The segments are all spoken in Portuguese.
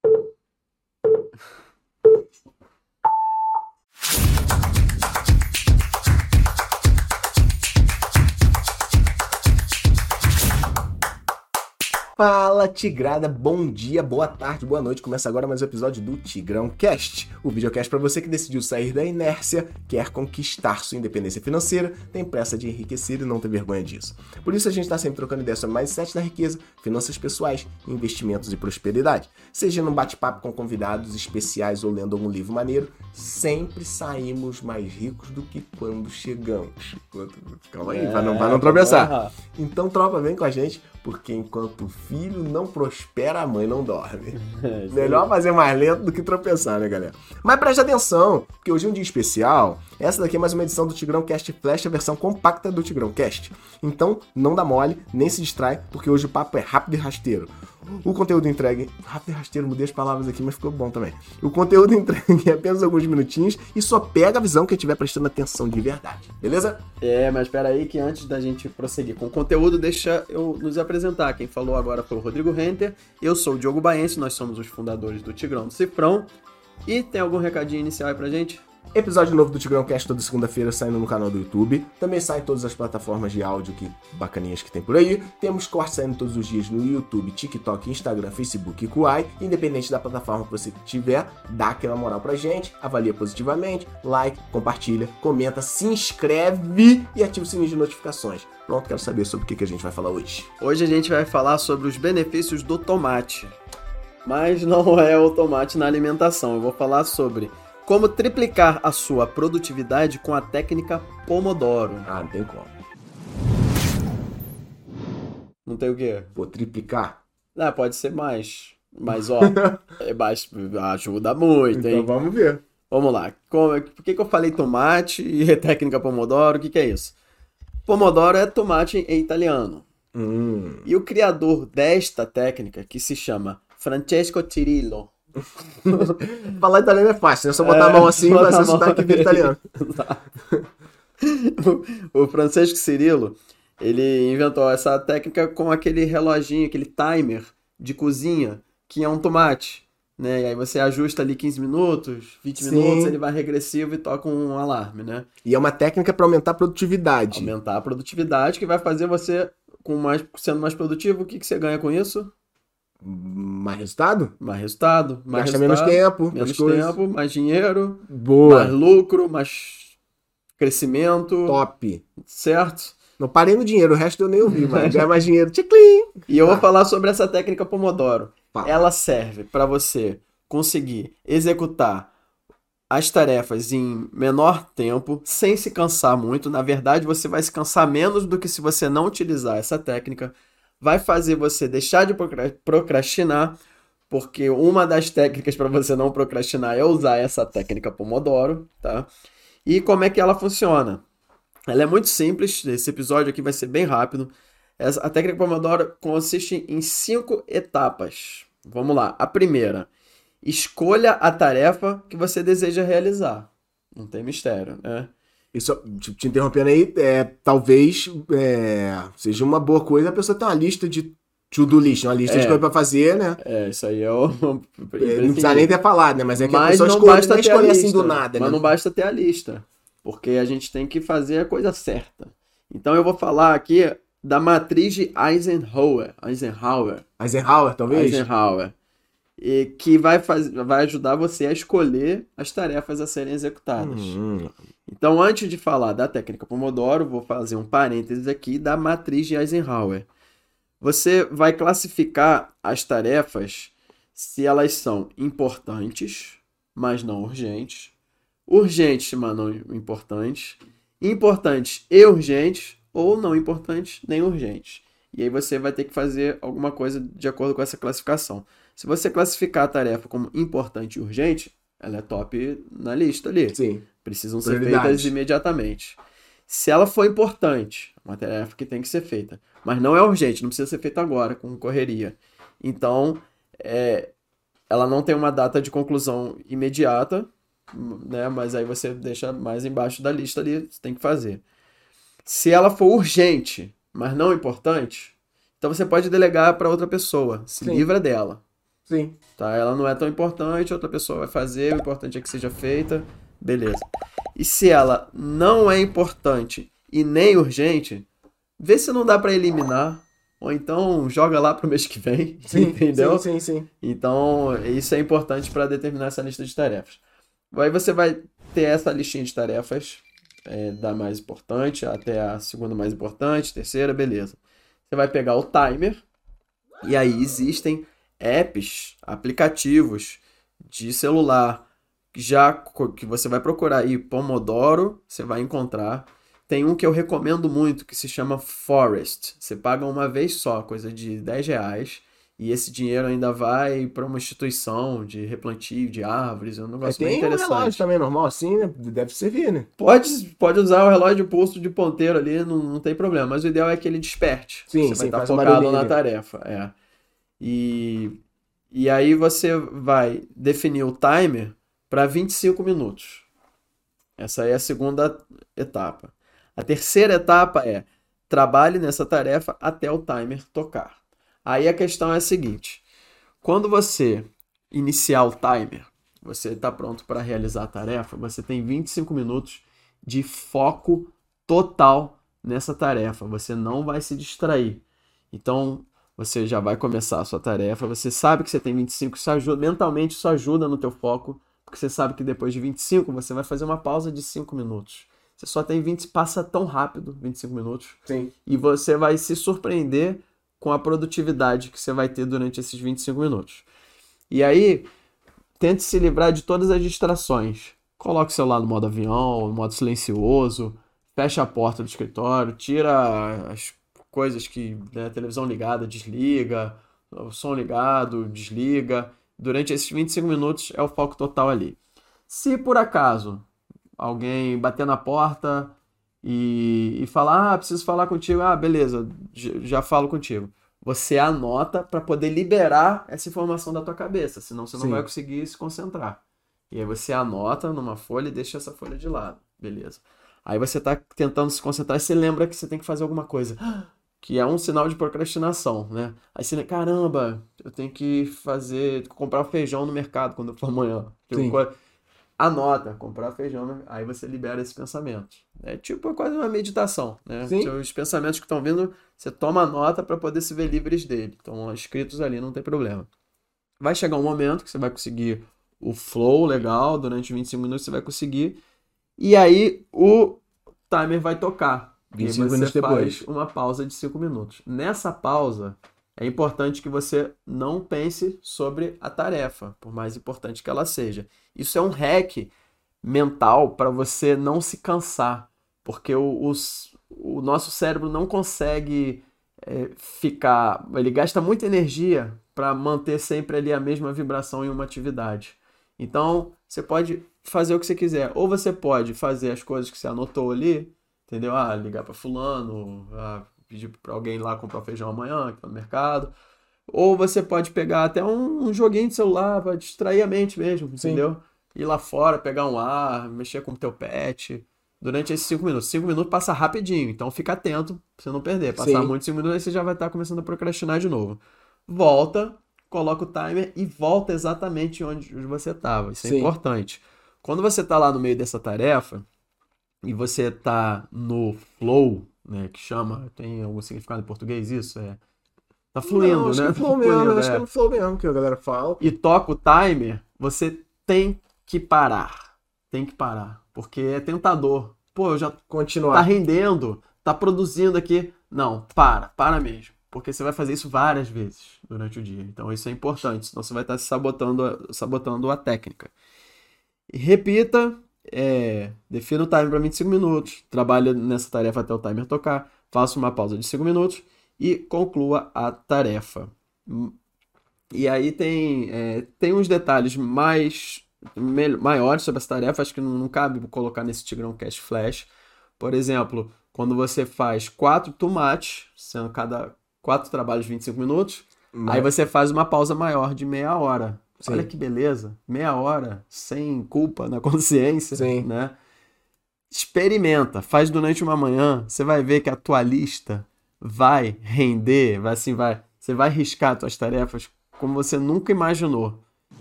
Fala Tigrada, bom dia, boa tarde, boa noite. Começa agora mais um episódio do Tigrão Cast, o videocast para você que decidiu sair da inércia, quer conquistar sua independência financeira, tem pressa de enriquecer e não tem vergonha disso. Por isso a gente está sempre trocando ideias sobre mindset da riqueza, finanças pessoais, investimentos e prosperidade. Seja num bate-papo com convidados especiais ou lendo algum livro maneiro, sempre saímos mais ricos do que quando chegamos. Calma aí, vai não tropeçar. Então tropa, vem com a gente, porque enquanto o filho não prospera, a mãe não dorme. Melhor fazer mais lento do que tropeçar, né, galera? Mas preste atenção, porque hoje é um dia especial. Essa daqui é mais uma edição do Tigrão Cast Flash, a versão compacta do Tigrão Cast. Então, não dá mole, nem se distrai, porque hoje o papo é rápido e rasteiro. O conteúdo entregue... Rápido e rasteiro, mudei as palavras aqui, mas ficou bom também. O conteúdo entregue em apenas alguns minutinhos e só pega a visão quem estiver prestando atenção de verdade, beleza? Mas espera aí que antes da gente prosseguir com o conteúdo, deixa eu nos apresentar. Quem falou agora foi o Rodrigo Renter, eu sou o Diogo Baense, nós somos os fundadores do Tigrão do Cifrão. E tem algum recadinho inicial aí pra gente? Episódio novo do Tigrão Cast toda segunda-feira saindo no canal do YouTube. Também sai em todas as plataformas de áudio bacaninhas que tem por aí. Temos cortes saindo todos os dias no YouTube, TikTok, Instagram, Facebook e Kuai. Independente da plataforma que você tiver, dá aquela moral pra gente, avalia positivamente, like, compartilha, comenta, se inscreve e ativa o sininho de notificações. Pronto, quero saber sobre o que a gente vai falar hoje. Hoje a gente vai falar sobre os benefícios do tomate. Mas não é o tomate na alimentação. Eu vou falar sobre como triplicar a sua produtividade com a técnica Pomodoro. Ah, não tem como. Não tem o quê? Pô, triplicar? Pode ser mais. Mas, ó, ajuda muito, hein? Então vamos ver. Vamos lá. Por que eu falei tomate e técnica Pomodoro? O que é isso? Pomodoro é tomate em italiano. E o criador desta técnica, que se chama Francesco Cirillo. Falar italiano é fácil, né? Só botar a mão assim e fazer sotaque vira italiano. O Francesco Cirillo, ele inventou essa técnica com aquele reloginho, aquele timer de cozinha, que é um tomate, né? E aí você ajusta ali 15 minutos, 20 minutos, ele vai regressivo e toca um alarme, né? E é uma técnica para aumentar a produtividade. Aumentar a produtividade, que vai fazer você, sendo mais produtivo, o que você ganha com isso? Mais resultado? Mais resultado. Gasta menos tempo. Mais dinheiro. Boa. Mais lucro, mais crescimento. Top. Certo? Não parei no dinheiro, o resto eu nem ouvi, mas ganhar mais dinheiro. Tchiclim. E eu vou falar sobre essa técnica Pomodoro. Fala. Ela serve para você conseguir executar as tarefas em menor tempo, sem se cansar muito. Na verdade, você vai se cansar menos do que se você não utilizar essa técnica. Vai fazer você deixar de procrastinar, porque uma das técnicas para você não procrastinar é usar essa técnica Pomodoro, tá? E como é que ela funciona? Ela é muito simples, esse episódio aqui vai ser bem rápido. A técnica Pomodoro consiste em 5 etapas. Vamos lá. A primeira, escolha a tarefa que você deseja realizar. Não tem mistério, né? Isso, te interrompendo aí, talvez seja uma boa coisa a pessoa ter uma lista de to-do list, uma lista de coisas pra fazer, né? Isso aí é o... Não precisa nem ter falado, né? Mas é que a pessoa escolhe assim do nada, né? Mas não basta ter a lista, porque a gente tem que fazer a coisa certa. Então eu vou falar aqui da matriz de Eisenhower, talvez? Eisenhower. E que vai ajudar você a escolher as tarefas a serem executadas. Então, antes de falar da técnica Pomodoro, vou fazer um parênteses aqui da matriz de Eisenhower. Você vai classificar as tarefas se elas são importantes, mas não urgentes, urgentes, mas não importantes, importantes e urgentes, ou não importantes nem urgentes. E aí você vai ter que fazer alguma coisa de acordo com essa classificação. Se você classificar a tarefa como importante e urgente, ela é top na lista ali. Sim. Precisam ser feitas imediatamente. Se ela for importante, é uma tarefa que tem que ser feita, mas não é urgente, não precisa ser feita agora, com correria. Então, ela não tem uma data de conclusão imediata, né? Mas aí você deixa mais embaixo da lista ali, você tem que fazer. Se ela for urgente, mas não importante, então você pode delegar para outra pessoa, se livra dela. Sim. Tá? Ela não é tão importante, outra pessoa vai fazer, o importante é que seja feita, beleza. E se ela não é importante e nem urgente, vê se não dá para eliminar, ou então joga lá pro mês que vem, Sim, entendeu? sim. Então, isso é importante para determinar essa lista de tarefas. Aí você vai ter essa listinha de tarefas, da mais importante até a segunda mais importante, terceira, beleza. Você vai pegar o timer, e aí existem apps, aplicativos de celular, já que você vai procurar aí Pomodoro, você vai encontrar. Tem um que eu recomendo muito, que se chama Forest. Você paga uma vez só, coisa de R$10, e esse dinheiro ainda vai para uma instituição de replantio de árvores, é um negócio bem Tem um interessante. relógio também normal assim, né? Deve servir, né? Pode usar o relógio de pulso de ponteiro ali, não tem problema, mas o ideal é que ele desperte. Sim, você vai estar faz um focado barulhinho na ali. tarefa. E aí você vai definir o timer para 25 minutos. Essa é a segunda etapa. A terceira etapa é trabalhe nessa tarefa até o timer tocar. Aí a questão é a seguinte: quando você iniciar o timer, você está pronto para realizar a tarefa, você tem 25 minutos de foco total nessa tarefa. Você não vai se distrair. Então, você já vai começar a sua tarefa, você sabe que você tem 25, isso ajuda, mentalmente isso ajuda no teu foco, porque você sabe que depois de 25 você vai fazer uma pausa de 5 minutos. Você só tem 20, passa tão rápido, 25 minutos, Sim. e você vai se surpreender com a produtividade que você vai ter durante esses 25 minutos. E aí, tente se livrar de todas as distrações. Coloque o celular no modo avião, no modo silencioso, fecha a porta do escritório, tira as coisas que, né, televisão ligada, desliga, o som ligado, desliga. Durante esses 25 minutos é o foco total ali. Se por acaso alguém bater na porta e falar, preciso falar contigo, beleza, já falo contigo. Você anota para poder liberar essa informação da tua cabeça, senão você não vai conseguir se concentrar. E aí você anota numa folha e deixa essa folha de lado, beleza. Aí você está tentando se concentrar e você lembra que você tem que fazer alguma coisa, que é um sinal de procrastinação, né? Aí você lembra, caramba, eu tenho que comprar feijão no mercado quando eu for amanhã. Anota, comprar feijão, aí você libera esse pensamento. É tipo quase uma meditação, né? Os pensamentos que estão vindo, você toma nota para poder se ver livres dele. Estão escritos ali, não tem problema. Vai chegar um momento que você vai conseguir o flow legal, durante 25 minutos você vai conseguir, e aí o timer vai tocar. 25 e minutos você depois. faz uma pausa de 5 minutos. Nessa pausa, é importante que você não pense sobre a tarefa, por mais importante que ela seja. Isso é um hack mental para você não se cansar, porque o nosso cérebro não consegue ficar... Ele gasta muita energia para manter sempre ali a mesma vibração em uma atividade. Então, você pode fazer o que você quiser. Ou você pode fazer as coisas que você anotou ali, entendeu? Ligar para fulano, pedir para alguém lá comprar feijão amanhã, que tá no mercado. Ou você pode pegar até um joguinho de celular para distrair a mente mesmo, entendeu? Ir lá fora, pegar um ar, mexer com o teu pet. Durante esses 5 minutos. 5 minutos passa rapidinho, então fica atento pra você não perder. Passar muito 5 minutos, aí você já vai estar começando a procrastinar de novo. Volta, coloca o timer e volta exatamente onde você estava. Isso é importante. Quando você está lá no meio dessa tarefa e você está no flow, né, que chama, tem algum significado em português isso? Tá fluindo, acho né? Que flow mesmo, acho que é no flow mesmo que a galera fala. E toca o timer, você tem que parar. Tem que parar. Porque é tentador. Pô, eu já... Continuar. Tá rendendo, tá produzindo aqui. Não, para mesmo. Porque você vai fazer isso várias vezes durante o dia. Então isso é importante, senão você vai estar sabotando a técnica. E repita, defina o timer para 25 minutos, trabalhe nessa tarefa até o timer tocar, faça uma pausa de 5 minutos e conclua a tarefa. E aí tem uns detalhes maiores sobre essa tarefa, acho que não cabe colocar nesse Tigrão Cast Flash. Por exemplo, quando você faz 4 tomates, sendo cada 4 trabalhos de 25 minutos, aí você faz uma pausa maior de meia hora. Olha que beleza, meia hora, sem culpa na consciência, né? Experimenta, faz durante uma manhã, você vai ver que a tua lista vai render, você vai riscar as tuas tarefas como você nunca imaginou.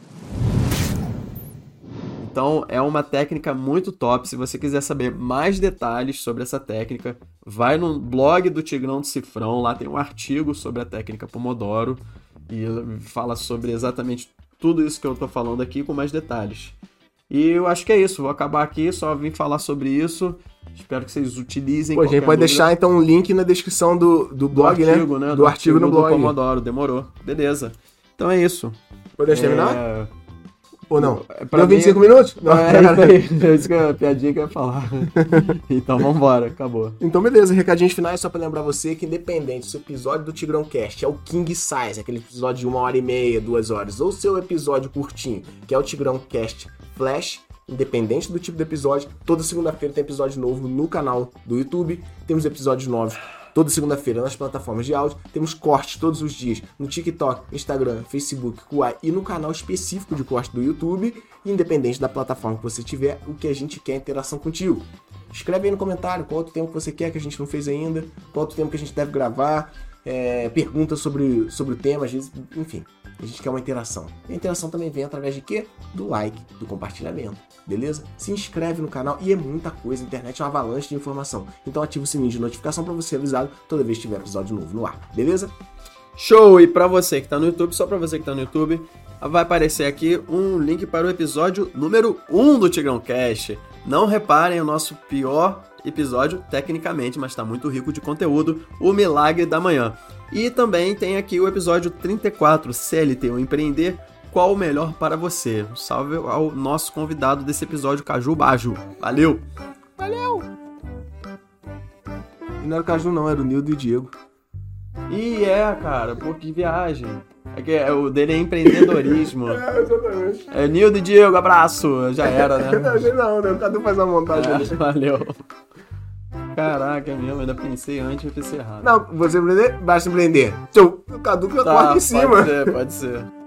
Então, é uma técnica muito top. Se você quiser saber mais detalhes sobre essa técnica, vai no blog do Tigrão do Cifrão. Lá tem um artigo sobre a técnica Pomodoro e fala sobre exatamente tudo isso que eu tô falando aqui com mais detalhes. E eu acho que é isso. Vou acabar aqui, só vim falar sobre isso. Espero que vocês utilizem. Pô, a gente pode deixar então um link na descrição do blog, artigo, né? Do artigo no blog. Do Pomodoro, demorou. Beleza. Então é isso. Podemos terminar? Ou não? Deu 25 minutos? Não, é isso que é a piadinha que eu ia falar. Então vambora, acabou. Então beleza, recadinhos finais só pra lembrar você que independente se o episódio do Tigrão Cast é o King Size, aquele episódio de 1h30, 2 horas, ou seu episódio curtinho, que é o Tigrão Cast Flash, independente do tipo de episódio, toda segunda-feira tem episódio novo no canal do YouTube, temos episódios novos toda segunda-feira nas plataformas de áudio, temos cortes todos os dias no TikTok, Instagram, Facebook, Kuai e no canal específico de corte do YouTube, independente da plataforma que você tiver, o que a gente quer é interação contigo. Escreve aí no comentário qual outro tempo você quer que a gente não fez ainda, qual outro tempo que a gente deve gravar, pergunta sobre o tema, às vezes, enfim, a gente quer uma interação. E a interação também vem através de quê? Do like, do compartilhamento, beleza? Se inscreve no canal e é muita coisa, a internet é uma avalanche de informação. Então ativa o sininho de notificação para você ser avisado toda vez que tiver episódio novo no ar, beleza? Show! E para você que tá no YouTube, só para você que tá no YouTube, vai aparecer aqui um link para o episódio número 1 do Tigrão Cast. Não reparem o nosso pior episódio tecnicamente, mas tá muito rico de conteúdo, o Milagre da Manhã. E também tem aqui o episódio 34, CLT ou Empreender, qual o melhor para você? Um salve ao nosso convidado desse episódio, Caju Baju. Valeu! Valeu! Não era o Caju não, era o Nildo e o Diego. Cara, pô, que viagem. O dele é empreendedorismo. Exatamente. Nildo e Diego, abraço. Já era, né? Não, né? O Cadu faz a montagem. Valeu. Caraca, mesmo, ainda pensei antes e pensei errado. Não, você empreender, basta empreender. O Cadu que corre em cima. Pode ser.